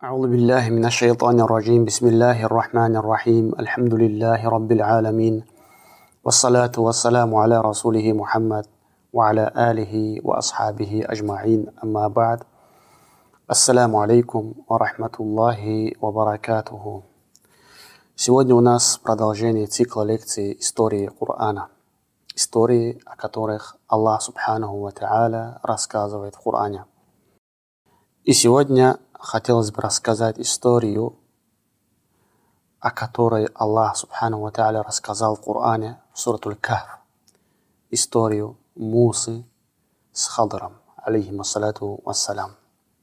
أعوذ بالله من الشيطان الرجيم بسم الله الرحمن الرحيم الحمد لله رب العالمين والصلاة والسلام على رسوله محمد وعلى آله وأصحابه أجمعين أما بعد السلام عليكم ورحمة الله وبركاته. Сегодня у нас продолжение цикла лекций истории Корана. Истории, о которых Аллах Субханаху ва Тааля рассказывает в Коране. И сегодня хотелось бы рассказать историю, о которой Аллах Субханаху ва Тааля рассказал в Коране в суре Аль-Кахф. Историю Мусы с Хадром, алейхиму ассалату вассалям.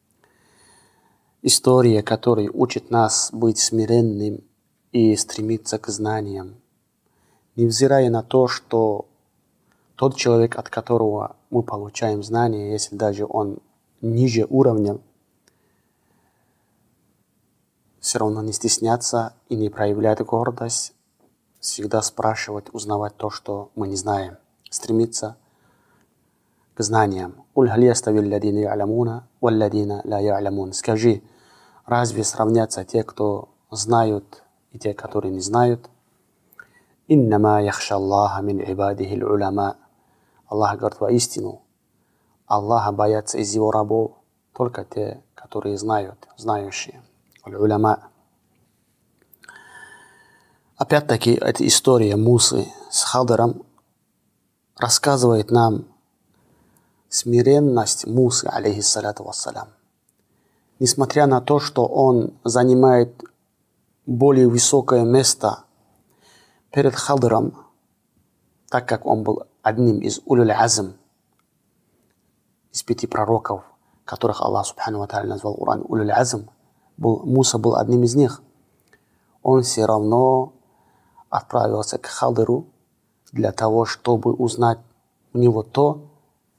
История, которая учит нас быть смиренным и стремиться к знаниям, невзирая на то, что тот человек, от которого мы получаем знания, если даже он ниже уровня, все равно не стесняться и не проявлять гордость, всегда спрашивать, узнавать то, что мы не знаем, стремиться к знаниям. Скажи, разве сравнятся те, кто знают, и те, которые не знают? Иннама яхша Аллаха мин ибадихи уляма. Аллах говорит воистину, Аллаха боятся из его рабов только те, которые знают, знающие. Уляма. Опять-таки, эта история Мусы с Хадром рассказывает нам смиренность Мусы, алейхиссалату вассалям. Несмотря на то, что он занимает более высокое место перед Хадром, так как он был одним из улюль азм, из 5 пророков, которых Аллах Субхану ва Тааля назвал Уран улюль азм, Муса был одним из них. Он все равно отправился к Хадру для того, чтобы узнать у него то,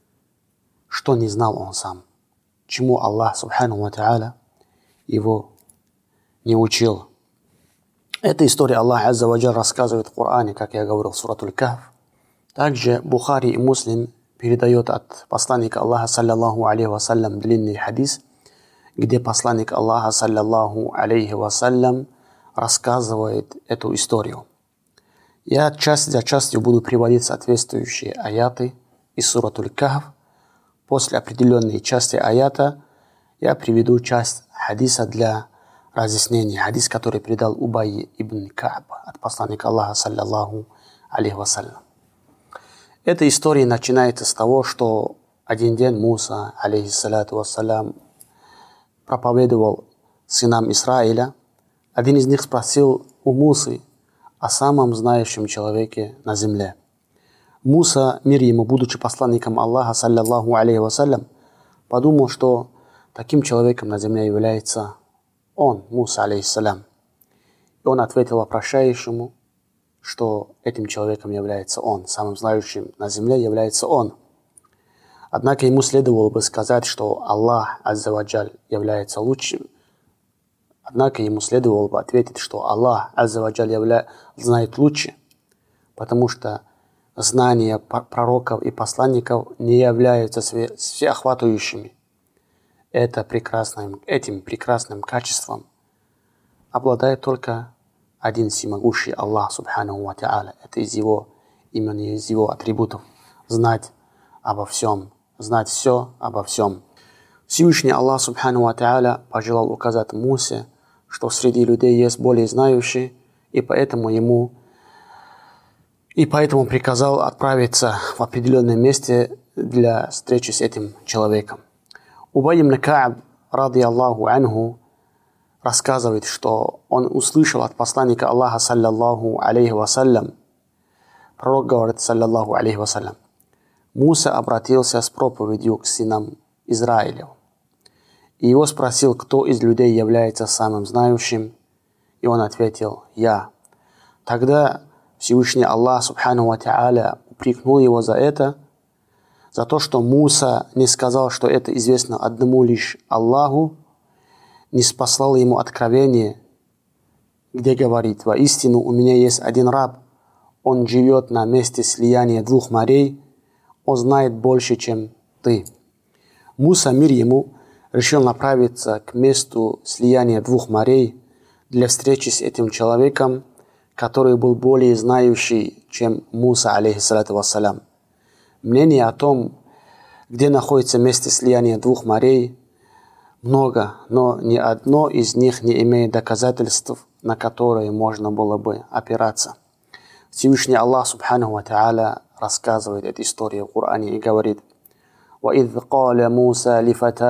что не знал он сам, чему Аллах Субхану ва Тааля его не учил. Эта история Аллах Азза ва Джаль рассказывает в Коране, как я говорил, в суре Аль-Кахф. Также Бухари и Муслим передает от посланника Аллаха, саллаллаху алейхи вассалям, длинный хадис, где посланник Аллаха, саллаллаху алейхи вассалям, рассказывает эту историю. Я часть за частью буду приводить соответствующие аяты из суры Аль-Кахф. После определенной части аята я приведу часть хадиса для разъяснения. Хадис, который передал Убай ибн Ка'б от посланника Аллаха, саллаллаху алейхи вассалям. Эта история начинается с того, что один день Муса, алейхиссалату вассалям, проповедовал сынам Израиля. Один из них спросил у Мусы о самом знающем человеке на земле. Муса, мир ему, будучи посланником Аллаха, саллаллаху алейхи вассалям, подумал, что таким человеком на земле является он, Муса, алейхиссалям. И он ответил вопрошающему, что этим человеком является он, самым знающим на земле является он. Однако ему следовало бы сказать, что Аллах Азза ва Джаль является лучшим. Однако ему следовало бы ответить, что Аллах Азза ва Джаль знает лучше, потому что знания пророков и посланников не являются всеохватывающими. Этим прекрасным качеством обладает только один всемогущий Аллах Субханаху ва Тааля. Это из его имени, из его атрибутов. Знать обо всем, знать все обо всем. Всевышний Аллах Субханаху ва Тааля пожелал указать Мусе, что среди людей есть более знающие, и поэтому приказал отправиться в определенное место для встречи с этим человеком. Убай ибн Ка'б, ради Аллаху анху, рассказывает, что он услышал от посланника Аллаха, саллаллаху алейхи вассалям, пророк говорит, саллаллаху алейхи вассалям, Муса обратился с проповедью к сынам Израилю. И его спросил, кто из людей является самым знающим, и он ответил, я. Тогда Всевышний Аллах Субхану ва Тааля упрекнул его за то, что Муса не сказал, что это известно одному лишь Аллаху, не спаслал ему откровение, где говорит, воистину у меня есть один раб, он живет на месте слияния 2 морей, он знает больше, чем ты. Муса, мир ему, решил направиться к месту слияния двух морей для встречи с этим человеком, который был более знающий, чем Муса, алейхиссалату вассалям. Мнение о том, где находится место слияния двух морей, много, но ни одно из них не имеет доказательств, на которые можно было бы опираться. Всевышний Аллах Субханаху ва Тааля рассказывает эту историю в Коране и говорит: وَإِذْ قَالَ مُوسَى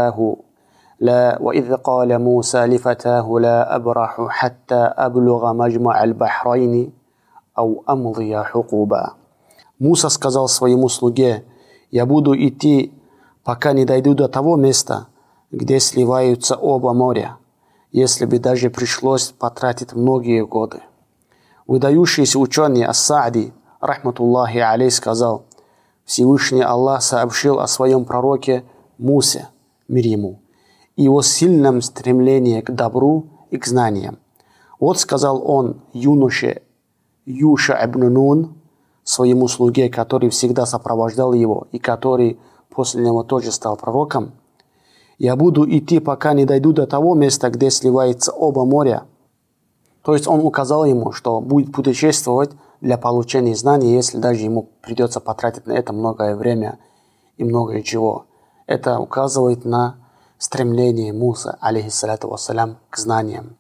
لِفَتَاهُ لَا أَبْرَحُ حَتَّى أَبْلُغَ مَجْمَعَ الْبَحْرَيْنِ أَوْ أَمْضِيَ حُقُوبًا. Муса сказал своему слуге: «Я буду идти, пока не дойду до того места, где сливаются оба моря, если бы даже пришлось потратить многие годы». Выдающийся ученый Ас-Саади, рахматуллахи алейх, сказал: Всевышний Аллах сообщил о своем пророке Мусе, мир ему, и его сильном стремлении к добру и к знаниям. Вот сказал он юноше Юша ибн Нун, своему слуге, который всегда сопровождал его и который после него тоже стал пророком: «Я буду идти, пока не дойду до того места, где сливаются оба моря». То есть он указал ему, что будет путешествовать для получения знаний, если даже ему придется потратить на это многое время и многое чего. Это указывает на стремление Мусы, алейхиссалату вассалям, к знаниям.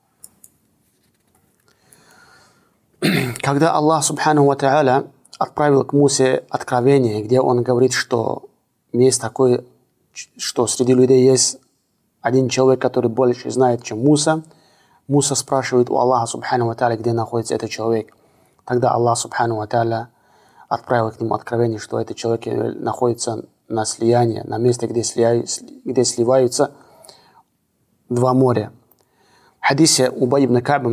Когда Аллах Субханаху ва Тааля отправил к Мусе откровение, где он говорит, что есть такое, что среди людей есть один человек, который больше знает, чем Муса, Муса спрашивает у Аллаха Субханаху ва Тааля, где находится этот человек. Тогда Аллах Субханаху ва Тааля отправил к нему откровение, что этот человек находится на слиянии, на месте, где сливаются два моря. В хадисе Убай ибн Ка'ба,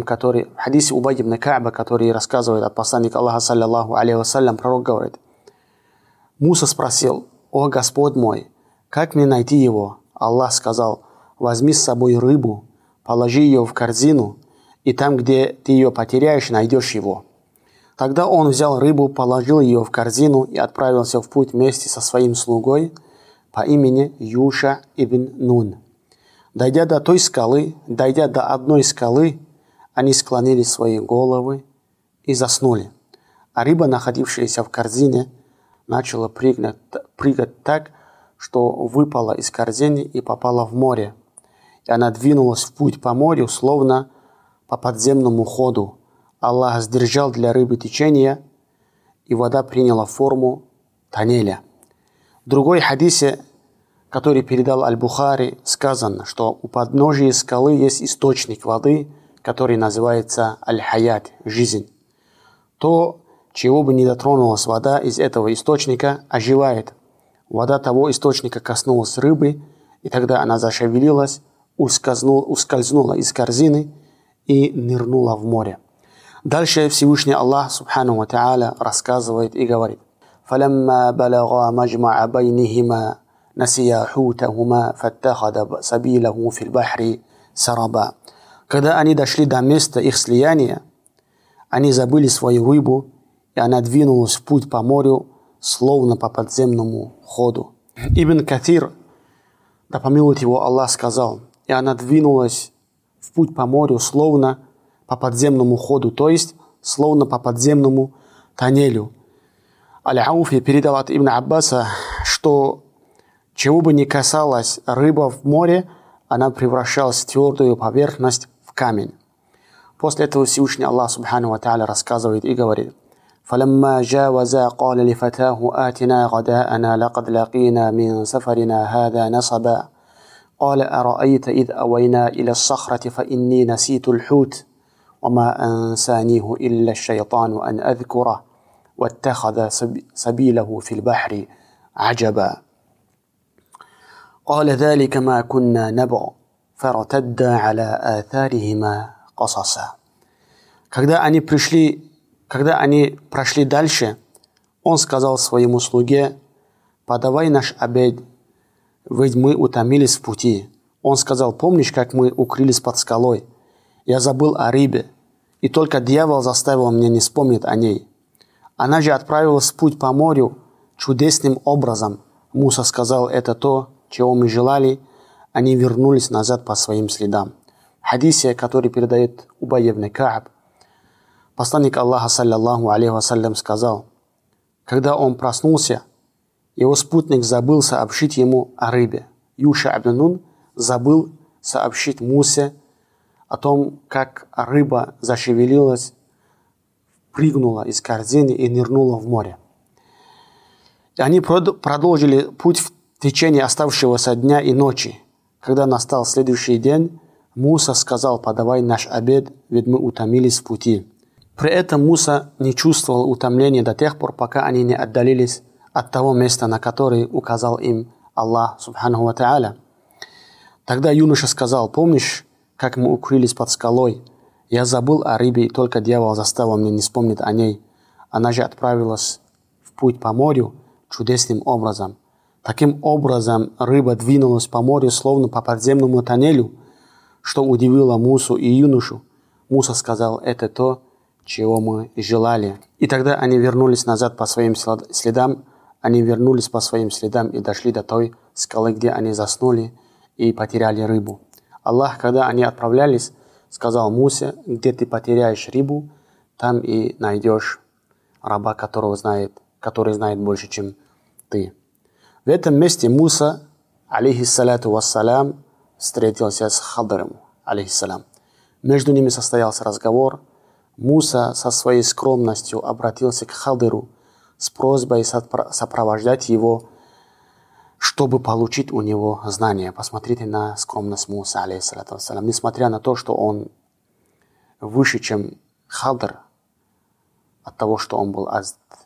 который рассказывает от посланника Аллаха, саллаллаху алейхи вассалям, пророк говорит: Муса спросил: «О Господь мой, как мне найти его?» Аллах сказал: «Возьми с собой рыбу, положи ее в корзину, и там, где ты ее потеряешь, найдешь его». Тогда он взял рыбу, положил ее в корзину и отправился в путь вместе со своим слугой по имени Юша ибн Нун. Дойдя до одной скалы, они склонили свои головы и заснули. А рыба, находившаяся в корзине, начала прыгать так, что выпала из корзины и попала в море. И она двинулась в путь по морю, словно по подземному ходу. Аллах сдержал для рыбы течение, и вода приняла форму тоннеля. В другой хадисе, который передал Аль-Бухари, сказано, что у подножия скалы есть источник воды, который называется Аль-Хаят, жизнь. То, чего бы ни дотронулась вода из этого источника, оживает. Вода того источника коснулась рыбы, и тогда она зашевелилась, ускользнула из корзины и нырнула в море. Дальше Всевышний Аллах Субханаху ва Тааля рассказывает и говорит: فَلَمَّا بَلَغَا مَجْمَعَ بَيْنِهِمَا نَسِيَا حُوتَهُمَا فَاتَّخَذَ سَبِيلَهُ فِي الْبَحْرِ سَرَبًا. Когда они дошли до места их слияния, они забыли свою рыбу, и она двинулась в путь по морю, словно по подземному ходу. Ибн Катир, да помилует его Аллах, сказал: и она двинулась в путь по морю, словно по подземному ходу, то есть словно по подземному тоннелю. Аль-Ауфи передал от Ибн Аббаса, что чего бы ни касалась рыба в море, она превращалась в твердую поверхность, в камень. После этого Всевышний Аллах Субханаху ва Тааля рассказывает и говорит: فَلَمَّا جَاوَزَا قَالَ لِفَتَاهُ آتِنَا غَدَاءَنَا لَقَدْ لَقِينَا مِنْ سَفَرِنَا هَذَا نَصَبًا قَالَ أَرَأَيْتَ إِذْ أَوَيْنَا إِلَى الصَّخْرَةِ فَإِنِّي نَسِيتُ الْحُوتَ وَمَا أَنْسَانِيهُ إِلَّا الشَّيْطَانُ أَنْ أَذْكُرَهُ وَاتَّخَذَ سَبِيلَهُ فِي الْبَحْرِ عَجَبًا قَالَ ذَلِكَ مَا كُنَّا نَبْغِ فَارْتَدَّا عَلَى آثَارِهِمَا قَصَصًا. Когда они прошли дальше, он сказал своему слуге: «Подавай наш обед, ведь мы утомились в пути». Он сказал: «Помнишь, как мы укрылись под скалой? Я забыл о рыбе, и только дьявол заставил меня не вспомнить о ней. Она же отправилась в путь по морю чудесным образом». Муса сказал: «Это то, чего мы желали, они вернулись назад по своим следам. В хадисе, который передает Убай ибн Кааб, посланник Аллаха, саллаллаху алейхи вассалям, сказал: когда он проснулся, его спутник забыл сообщить ему о рыбе. Юша ибн Нун забыл сообщить Мусе о том, как рыба зашевелилась, прыгнула из корзины и нырнула в море. И они продолжили путь в течение оставшегося дня и ночи. Когда настал следующий день, Муса сказал: подавай наш обед, ведь мы утомились в пути. При этом Муса не чувствовал утомления до тех пор, пока они не отдалились от того места, на которое указал им Аллах, субханаху ва тааля. Тогда юноша сказал: помнишь, как мы укрылись под скалой? Я забыл о рыбе, и только дьявол заставил меня не вспомнить о ней. Она же отправилась в путь по морю чудесным образом. Таким образом, рыба двинулась по морю, словно по подземному тоннелю, что удивило Мусу и юношу. Муса сказал: это то, чего мы желали. И тогда они вернулись назад по своим следам. Они вернулись по своим следам и дошли до той скалы, где они заснули и потеряли рыбу. Аллах, когда они отправлялись, сказал Мусе: где ты потеряешь рыбу, там и найдешь раба, который знает больше, чем ты. В этом месте Муса, алейхиссалату вассалям, встретился с Хадром, алейхиссалям. Между ними состоялся разговор. Муса со своей скромностью обратился к Хадру с просьбой сопровождать его, чтобы получить у него знания. Посмотрите на скромность Мусы, алейхиссалату вассалям. Несмотря на то, что он выше, чем Хадр, от того, что он был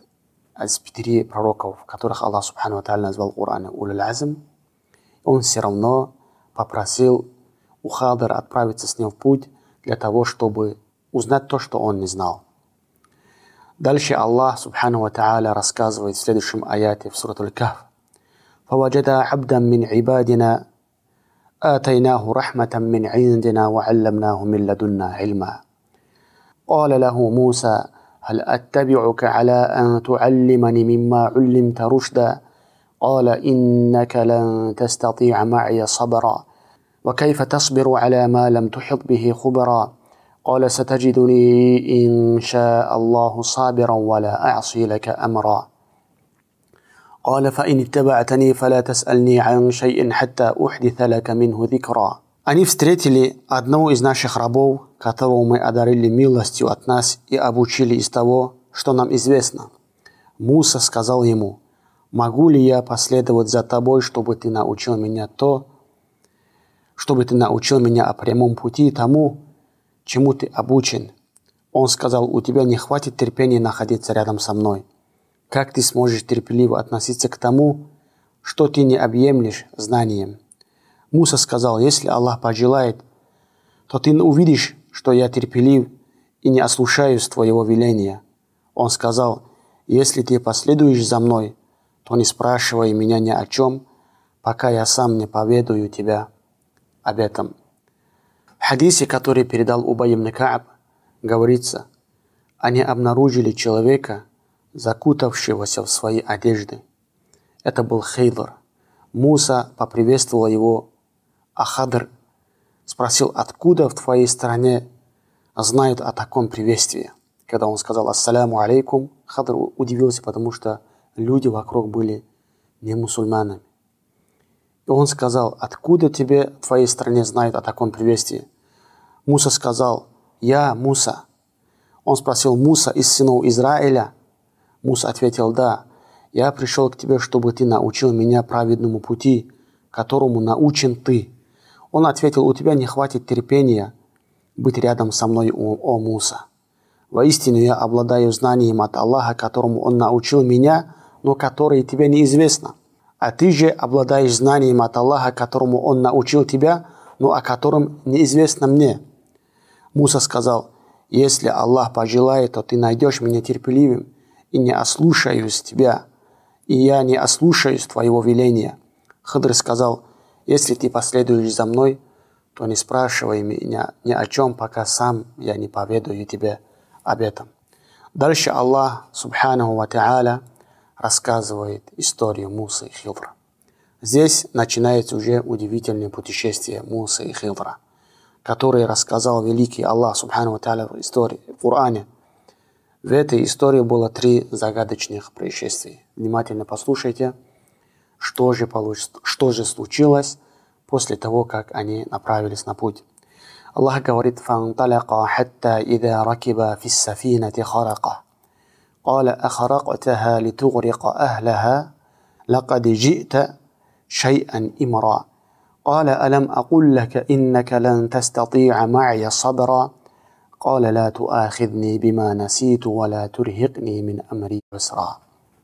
из 5 пророков, которых Аллах субхану ва тааля назвал в Коране улюл азм, он все равно попросил у Хадра отправиться с ним в путь для того, чтобы узнать то, что он не знал. Дальше Аллах субхану ва тааля рассказывает в следующем аяте в суре Аль-Кахф: فَوَجَدَا عَبْدًا مِنْ عِبَادِنَا آتَيْنَاهُ رَحْمَةً مِنْ عِنْدِنَا وَعَلَّمْنَاهُ مِنْ لَدُنَّا عِلْمًا قال له موسى هل أتبعك على أن تعلمني مما علمت رشدا قال إنك لن تستطيع معي صبرا وكيف تصبر على ما لم تحط به خبرا قال ستجدني إن شاء الله صابرا ولا أعصي لك أمرا قال فإن اتبعتني فلا تسألني عن شيء حتى أحدث لك منه ذكرا. Они встретили одного из наших рабов, которого мы одарили милостью от нас и обучили из того, что нам известно. Муса сказал ему: могу ли я последовать за тобой, чтобы ты научил меня о прямом пути тому, чему ты обучен? Он сказал: у тебя не хватит терпения находиться рядом со мной. Как ты сможешь терпеливо относиться к тому, что ты не объемлешь знанием? Муса сказал: если Аллах пожелает, то ты увидишь, что я терпелив и не ослушаюсь твоего веления. Он сказал: если ты последуешь за мной, то не спрашивай меня ни о чем, пока я сам не поведаю тебя об этом. В хадисе, который передал Убай ибн Кааб, говорится: они обнаружили человека, закутавшегося в свои одежды. Это был Хидр. Муса поприветствовал его, а Хадр спросил: откуда в твоей стране знают о таком приветствии? Когда он сказал: ассаляму алейкум, Хадр удивился, потому что люди вокруг были не мусульманами. И он сказал: откуда тебе в твоей стране знают о таком приветствии? Муса сказал: я Муса. Он спросил: Муса из сынов Израиля? Муса ответил: да. Я пришел к тебе, чтобы ты научил меня праведному пути, которому научен ты. Он ответил: у тебя не хватит терпения быть рядом со мной, о Муса. Воистину я обладаю знанием от Аллаха, которому Он научил меня, но которое тебе неизвестно. А ты же обладаешь знанием от Аллаха, которому Он научил тебя, но о котором неизвестно мне. Муса сказал: если Аллах пожелает, то ты найдешь меня терпеливым и не ослушаюсь тебя, и я не ослушаюсь твоего веления. Хидр сказал: если ты последуешь за мной, то не спрашивай меня ни о чем, пока сам я не поведаю тебе об этом. Дальше Аллах, субханаху ва тааля, рассказывает историю Мусы и Хидра. Здесь начинается уже удивительное путешествие Мусы и Хидра, которое рассказал великий Аллах Субхану ва Тааля в истории, в Коране. В этой истории было 3 загадочных происшествия. Внимательно послушайте, что же случилось после того, как они направились на путь. Аллах говорит: «Фанталака хатта ида ракиба фис сафинати харака. Каля ахарактаха литугрика ахлаха, лакад джи'та шай'ан имра. Каля алам акуль лака иннака лан тастати'а ма'я сабра. Каля ла туахидни бима наситу ва ла турхикни мин амри усра».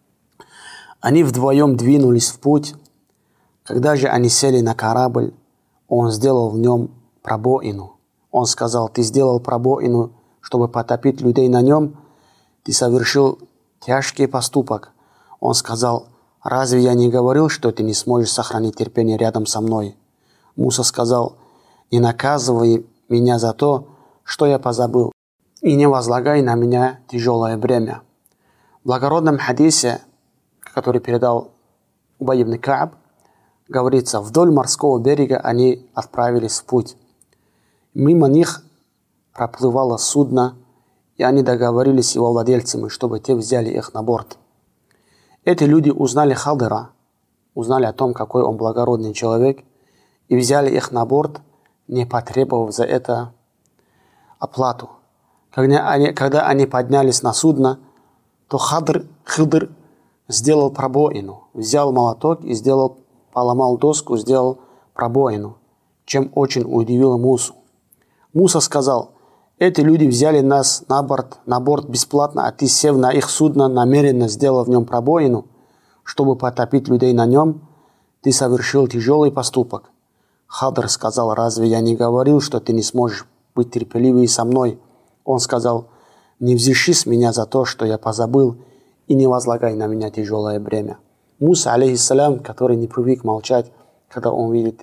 Они вдвоем двинулись в путь. Когда же они сели на корабль, он сделал в нем пробоину. Он сказал: «Ты сделал пробоину, чтобы потопить людей на нем? Ты совершил тяжкий поступок». Он сказал: «Разве я не говорил, что ты не сможешь сохранить терпение рядом со мной?» Муса сказал: «Не наказывай меня за то, что я позабыл, и не возлагай на меня тяжелое бремя». В благородном хадисе, который передал Убай ибн Кааб, говорится: вдоль морского берега они отправились в путь. Мимо них проплывало судно, и они договорились с его владельцами, чтобы те взяли их на борт. Эти люди узнали Хадира, узнали о том, какой он благородный человек, и взяли их на борт, не потребовав за это оплату. Когда они поднялись на судно, то Хидр сделал пробоину, взял молоток и поломал доску, сделал пробоину, чем очень удивило Мусу. Муса сказал: «Эти люди взяли нас на борт бесплатно, а ты, сев на их судно, намеренно сделал в нем пробоину, чтобы потопить людей на нем, ты совершил тяжелый поступок». Хадр сказал: «Разве я не говорил, что ты не сможешь быть терпеливый со мной?» Он сказал: «Не взыщи с меня за то, что я позабыл, и не возлагай на меня тяжелое бремя». Муса, алейхиссалям, который не привык молчать, когда он видит,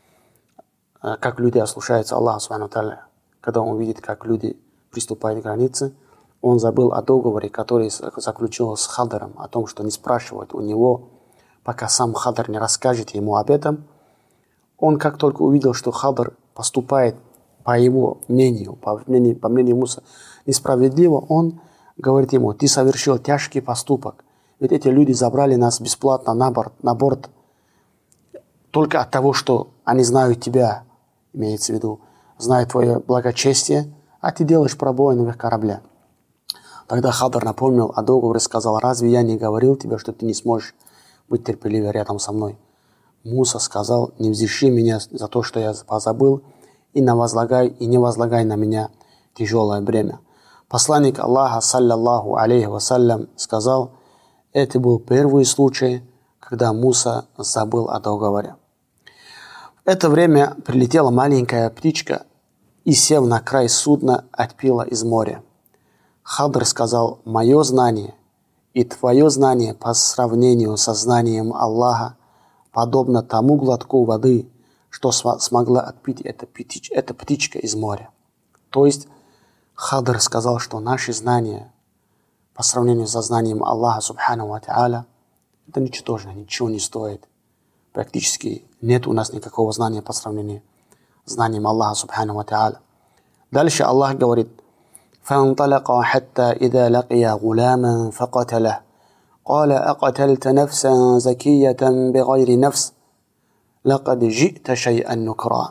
как люди ослушаются Аллаха субхану тааля, когда он видит, как люди приступают к границе, он забыл о договоре, который заключил с Хадром, о том, что не спрашивает у него, пока сам Хадр не расскажет ему об этом. Он, как только увидел, что Хадр поступает по его мнению, по мнению Мусы, несправедливо, он говорит ему: «Ты совершил тяжкий поступок, ведь эти люди забрали нас бесплатно на борт только от того, что они знают тебя, имеется в виду, знают твое благочестие, а ты делаешь пробоину в их корабле». Тогда Хадр напомнил о договоре и сказал: «Разве я не говорил тебе, что ты не сможешь быть терпеливым рядом со мной?» Муса сказал: «Не взыщи меня за то, что я позабыл, и не возлагай на меня тяжелое бремя». Посланник Аллаха, саллаллаху алейхи вассалям, сказал: это был первый случай, когда Муса забыл о договоре. В это время прилетела маленькая птичка и, сев на край судна, отпила из моря. Хадр сказал: «Мое знание и твое знание по сравнению со знанием Аллаха подобно тому глотку воды, что смогла отпить эта птичка из моря». То есть Хадр сказал, что наши знания по сравнению со знанием Аллаха субхану ва тааля это ничтожно, ничего не стоит. Практически нет у нас никакого знания по сравнению с знанием Аллаха субхану ва тааля. Дальше Аллах говорит: فانطلقا حتى إذا لقيا غلاما فقتله قال أقتلت نفسا زكية بغير نفس لقد جئت شيئا نكرا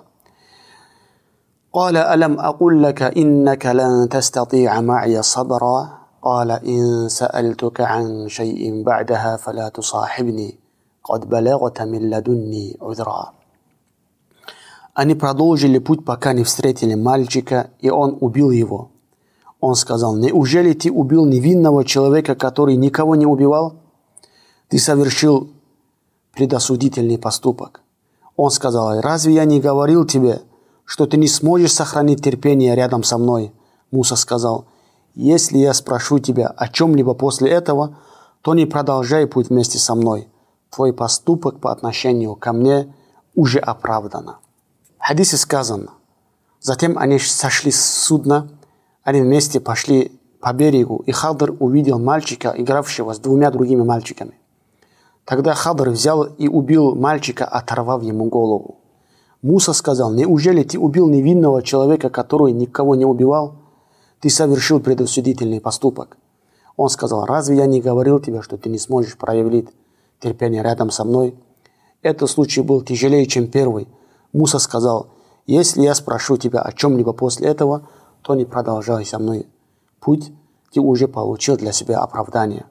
قال ألم أقل لك إنك لن تستطيع معي صبرا قال إن سألتك عن شيء بعدها فلا تصاحبني قد بلغت من لدني عذرا. Они продолжили путь, пока не встретили мальчика, и он убил его. Он сказал: «Неужели ты убил невинного человека, который никого не убивал? Ты совершил предосудительный поступок». Он сказал: «Разве я не говорил тебе, что ты не сможешь сохранить терпение рядом со мной?» Муса сказал: «Если я спрошу тебя о чем-либо после этого, то не продолжай путь вместе со мной. Твой поступок по отношению ко мне уже оправдан». В хадисе сказано: затем они сошли с судна, они вместе пошли по берегу, и Хадр увидел мальчика, игравшего с двумя другими мальчиками. Тогда Хадр взял и убил мальчика, оторвав ему голову. Муса сказал: неужели ты убил невинного человека, который никого не убивал? Ты совершил предосудительный поступок. Он сказал: разве я не говорил тебе, что ты не сможешь проявить терпение рядом со мной? Этот случай был тяжелее, чем первый. Муса сказал: если я спрошу тебя о чем-либо после этого, то не продолжай со мной путь, ты уже получил для себя оправдание.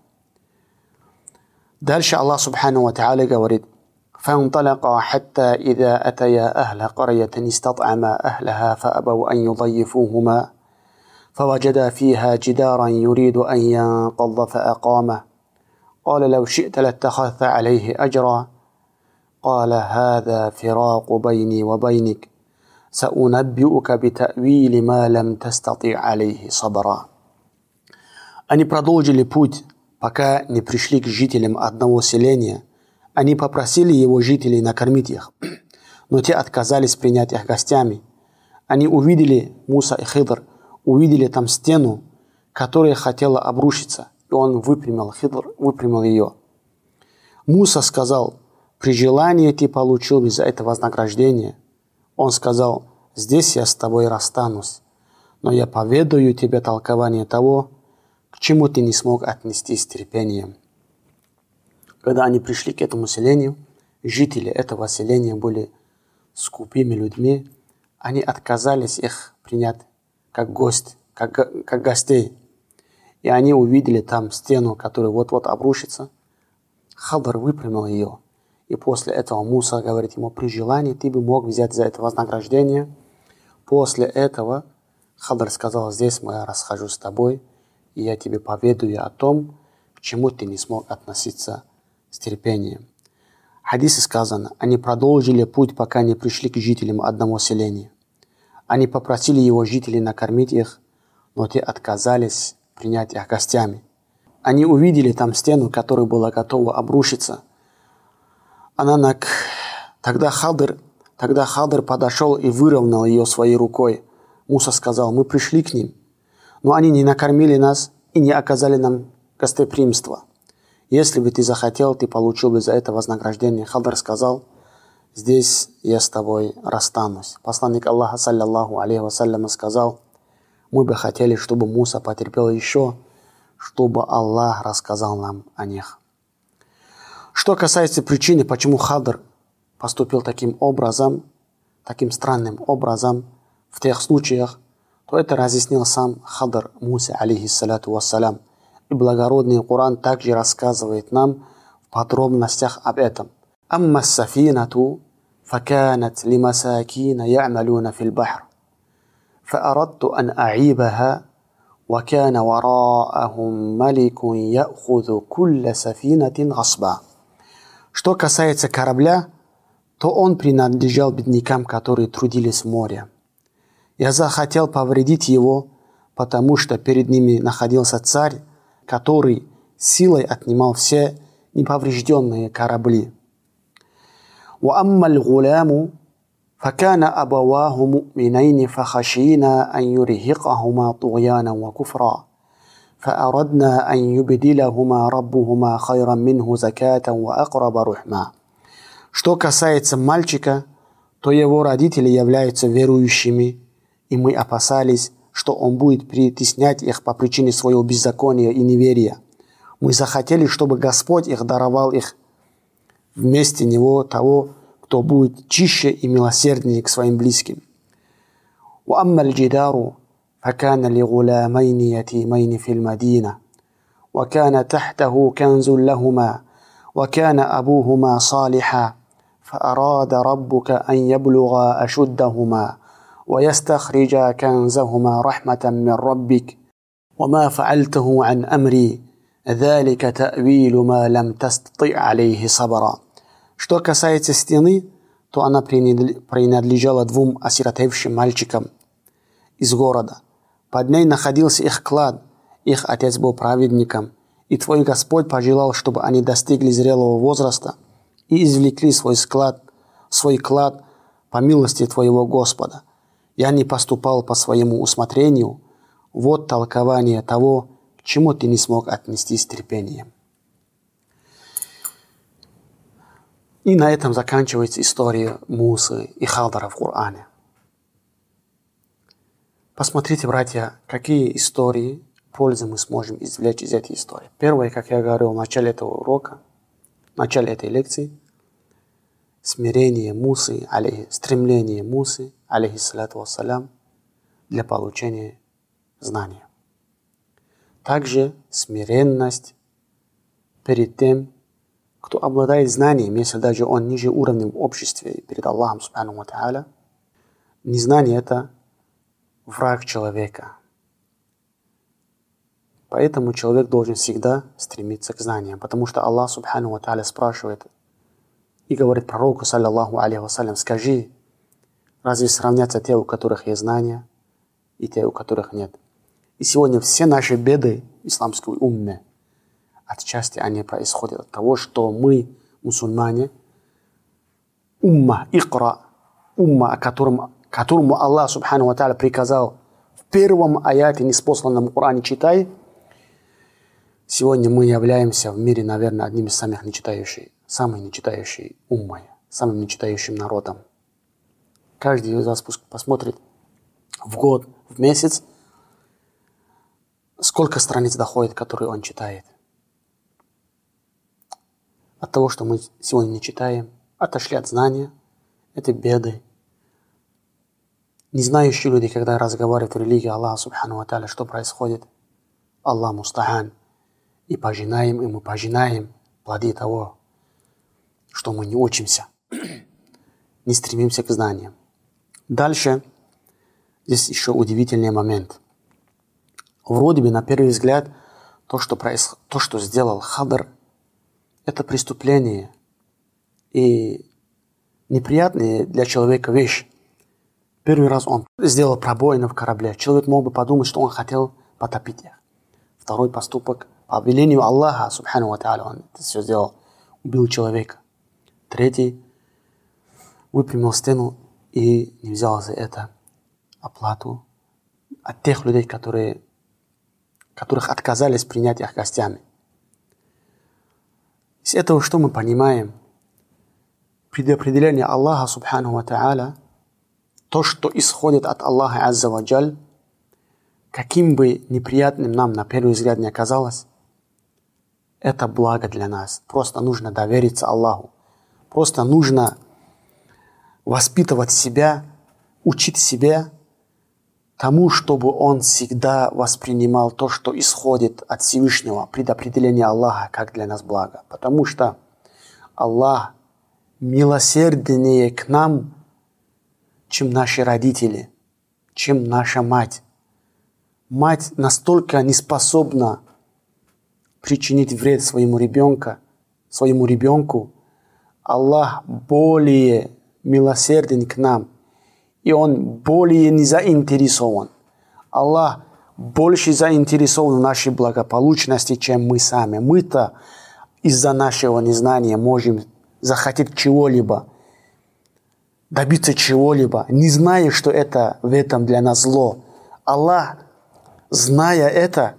Дальше Аллах Субхану ва Тааля говорит: فانطلقا حتى إذا أتيا أهل قرية استطعما أهلها فأبوا أن يضيفوهما فوجدا فيها جدارا يريد أن ينقض فأقامه قال لو شئت لاتخذت عليه أجرا قال هذا فراق بيني وبينك سأنبئك بتأويل ما لم تستطع عليه صبرا. Они продолжили путь, пока не пришли к жителям одного селения. Они попросили его жителей накормить их, но те отказались принять их гостями. Они увидели, Муса и Хидр увидели там стену, которая хотела обрушиться, и он Хидр выпрямил ее. Муса сказал: при желании ты получил бы за это вознаграждение. Он сказал: здесь я с тобой расстанусь, но я поведаю тебе толкование того, к чему ты не смог отнестись с терпением. Когда они пришли к этому селению, жители этого селения были скупыми людьми, они отказались их принять как гостей. И они увидели там стену, которая вот-вот обрушится. Хадр выпрямил ее. И после этого Муса говорит ему: при желании ты бы мог взять за это вознаграждение. После этого Хадр сказал: здесь я расхожусь с тобой, и я тебе поведаю о том, к чему ты не смог относиться с терпением. В хадисе сказано: они продолжили путь, пока не пришли к жителям одного селения. Они попросили его жителей накормить их, но те отказались принять их гостями. Они увидели там стену, которая была готова обрушиться. Тогда Хадр подошел и выровнял ее своей рукой. Муса сказал: мы пришли к ним, но они не накормили нас и не оказали нам гостеприимства. Если бы ты захотел, ты получил бы за это вознаграждение. Хадр сказал: здесь я с тобой расстанусь. Посланник Аллаха, саллиллаху алейхи вассалям, сказал: мы бы хотели, чтобы Муса потерпел еще, чтобы Аллах рассказал нам о них. Что касается причины, почему Хадр поступил таким странным образом в тех случаях, то это разъяснил сам Хадр Муса, алейхиссалату вассалям. И благородный Коран также рассказывает нам в подробностях об этом. «Амма ас-сафинату факанат лимасакина я'малуна фил бахр, фаарадту ан а'ибаха, ва кана вараахум маликун я'хузу кулля сафинатин гасба». Что касается корабля, то он принадлежал беднякам, которые трудились в море. Я захотел повредить его, потому что перед ними находился царь, который силой отнимал все неповрежденные корабли. وَأَمَّا الْغُلَامُ فَكَانَ أَبَوَاهُ مُؤْمِنَيْنِ فَخَشِينَا أَنْ يُرْهِقَهُمَا طُغْيَانًا وَكُفْرًا فَأَرَدْنَا أَنْ يُبْدِلَهُمَا رَبُّهُمَا خَيْرًا مِنْهُ زَكَاةً وَأَقْرَبَ رُحْمًا. Что касается мальчика, то его родители являются верующими, и мы опасались, что он будет притеснять их по причине своего беззакония и неверия. Мы захотели, чтобы Господь их даровал их вместе него того, кто будет чище и милосерднее к своим близким. وَأَمَّا الْجِدَارُ فَكَانَ لِغُلَامَيْنِ يَتِيمَيْنِ فِي الْمَدِينَةِ وَكَانَ تَحْتَهُ كَنْزٌ لَهُمَا وَكَانَ أَبُوهُمَا صَالِحًا فَأَرَادَ رَبُّكَ أَنْ يَبْلُغَا أَشُدَّهُمَا وَيَسْتَخْرِجَ كَنْزَهُمَا رَحْمَةً مِّن رَّبِّكَ وَمَا فَعَلْتُهُ عَنْ أَمْرِي ذَلِكَ تَأْوِيلُ مَا لَمْ تَسْتَطِعْ عَلَيْهِ صَبْرًا. Что касается стены, то она принадлежала двум осиротевшим мальчикам из города. Под ней находился их клад, их отец был праведником, и твой Господь пожелал, чтобы они достигли зрелого возраста и извлекли свой клад по милости твоего Господа. Я не поступал по своему усмотрению. Вот толкование того, к чему ты не смог отнестись с терпением. И на этом заканчивается история Мусы и Халдара в Коране. Посмотрите, братья, какие истории пользы мы сможем извлечь из этой истории. Первое, как я говорил в начале этого урока, в начале этой лекции, смирение Мусы, стремление Мусы, алейхиссалату вассалям, для получения знания. Также смиренность перед тем, кто обладает знанием, если даже он ниже уровня в обществе перед Аллахом субхану ва тааля. Незнание – это враг человека. Поэтому человек должен всегда стремиться к знаниям, потому что Аллах субхану ва тааля спрашивает и говорит пророку, саллаллаху алейхи вассалям, скажи, разве сравнятся те, у которых есть знания, и те, у которых нет? И сегодня все наши беды исламской умме, отчасти они происходят от того, что мы, мусульмане, умма, икра, умма, которому Аллах субхану ва тааля приказал в первом аяте неспосланном Коране читай, сегодня мы являемся в мире, наверное, одним из самой нечитающей уммой, самым нечитающим народом. Каждый из вас посмотрит в год, в месяц, сколько страниц доходит, которые он читает. От того, что мы сегодня не читаем, отошли от знания, это беды. Незнающие люди, когда разговаривают в религии Аллаха субхану ва тааля, что происходит? Аллах мустахан. И мы пожинаем плоды того, что мы не учимся, не стремимся к знаниям. Дальше, здесь еще удивительный момент. Вроде бы, на первый взгляд, то, что сделал Хадр, это преступление и неприятная для человека вещь. Первый раз он сделал пробоину в корабле. Человек мог бы подумать, что он хотел потопить их. Второй поступок, по велению Аллаха, субхану ва тааля, он это все сделал, убил человека. Третий, выпрямил стену и не взял за это оплату от тех людей, которых отказались принять их гостями. Из этого что мы понимаем? Предопределение Аллаха субхану ва тааля, то, что исходит от Аллаха азза ва джаль, каким бы неприятным нам на первый взгляд не оказалось, это благо для нас. Просто нужно довериться Аллаху. Просто нужно воспитывать себя, учить себя тому, чтобы он всегда воспринимал то, что исходит от Всевышнего, предопределение Аллаха, как для нас благо. Потому что Аллах милосерднее к нам, чем наши родители, чем наша мать. Мать настолько не способна причинить вред своему ребенку, Аллах более милосерден к нам, и Он более не заинтересован. Аллах больше заинтересован в нашей благополучности, чем мы сами. Мы-то из-за нашего незнания можем захотеть чего-либо, добиться чего-либо, не зная, что это в этом для нас зло. Аллах, зная это,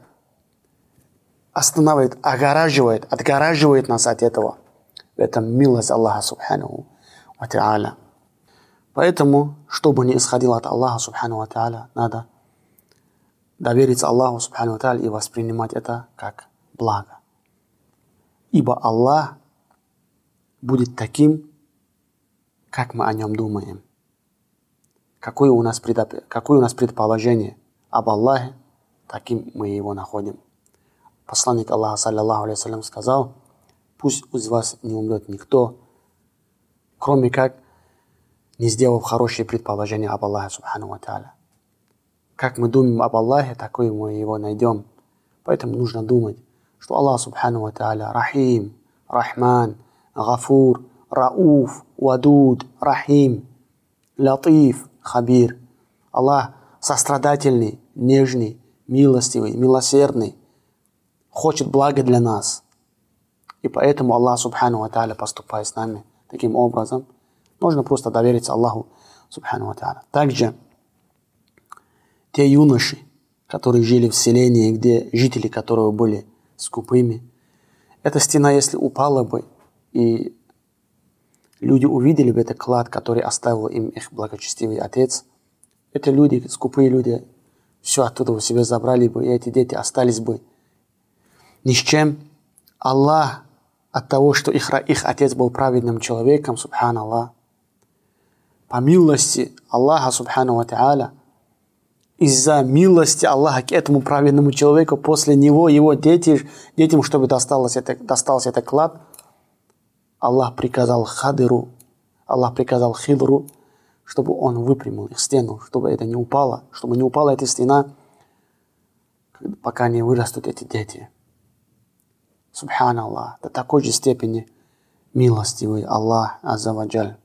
отгораживает нас от этого. В этом милость Аллаха субхану ва тааля. Поэтому, что бы ни исходило от Аллаха субхану ва тааля, надо довериться Аллаху субхану ва тааля и воспринимать это как благо. Ибо Аллах будет таким, как мы о нем думаем. Какое у нас предположение об Аллахе, таким мы его находим. Посланник Аллаха, саллаллаху алейхи вассалям, сказал: пусть из вас не умрет никто, кроме как не сделав хорошие предположения об Аллахе субхану ва тааля. Как мы думаем об Аллахе, такой мы его найдем. Поэтому нужно думать, что Аллах субхану ва тааля Рахим, Рахман, Гафур, Рауф, Вадуд, Рахим, Латиф, Хабир. Аллах сострадательный, нежный, милостивый, милосердный, хочет блага для нас. И поэтому Аллах субхану ва тааля поступает с нами таким образом. Нужно просто довериться Аллаху субхану ва тааля. Также те юноши, которые жили в селении, где жители которого были скупыми, эта стена, если упала бы и люди увидели бы этот клад, который оставил им их благочестивый отец, эти люди, скупые люди, все оттуда у себя забрали бы, и эти дети остались бы ни с чем. Аллах от того, что их отец был праведным человеком, субханаллах, по милости Аллаха, субхану ва та'аля, из-за милости Аллаха к этому праведному человеку, после него, его детям, чтобы достался этот клад, Аллах приказал Хидру, чтобы он выпрямил их стену, чтобы это не упало, чтобы не упала эта стена, пока не вырастут эти дети. Субханаллах, до такой же степени милостивый Аллах Азза ва Джаль.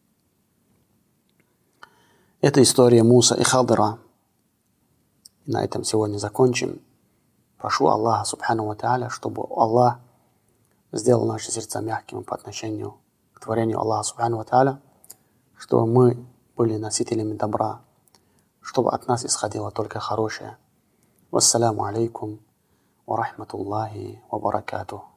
Это история Муса и Хадра. И на этом сегодня закончим. Прошу Аллаха Субхану ва Та'аля, чтобы Аллах сделал наши сердца мягкими по отношению к творению Аллаха Субхану ва Та'аля, чтобы мы были носителями добра, чтобы от нас исходило только хорошее. Вассаляму алейкум ва рахматуллахи ва баракатух.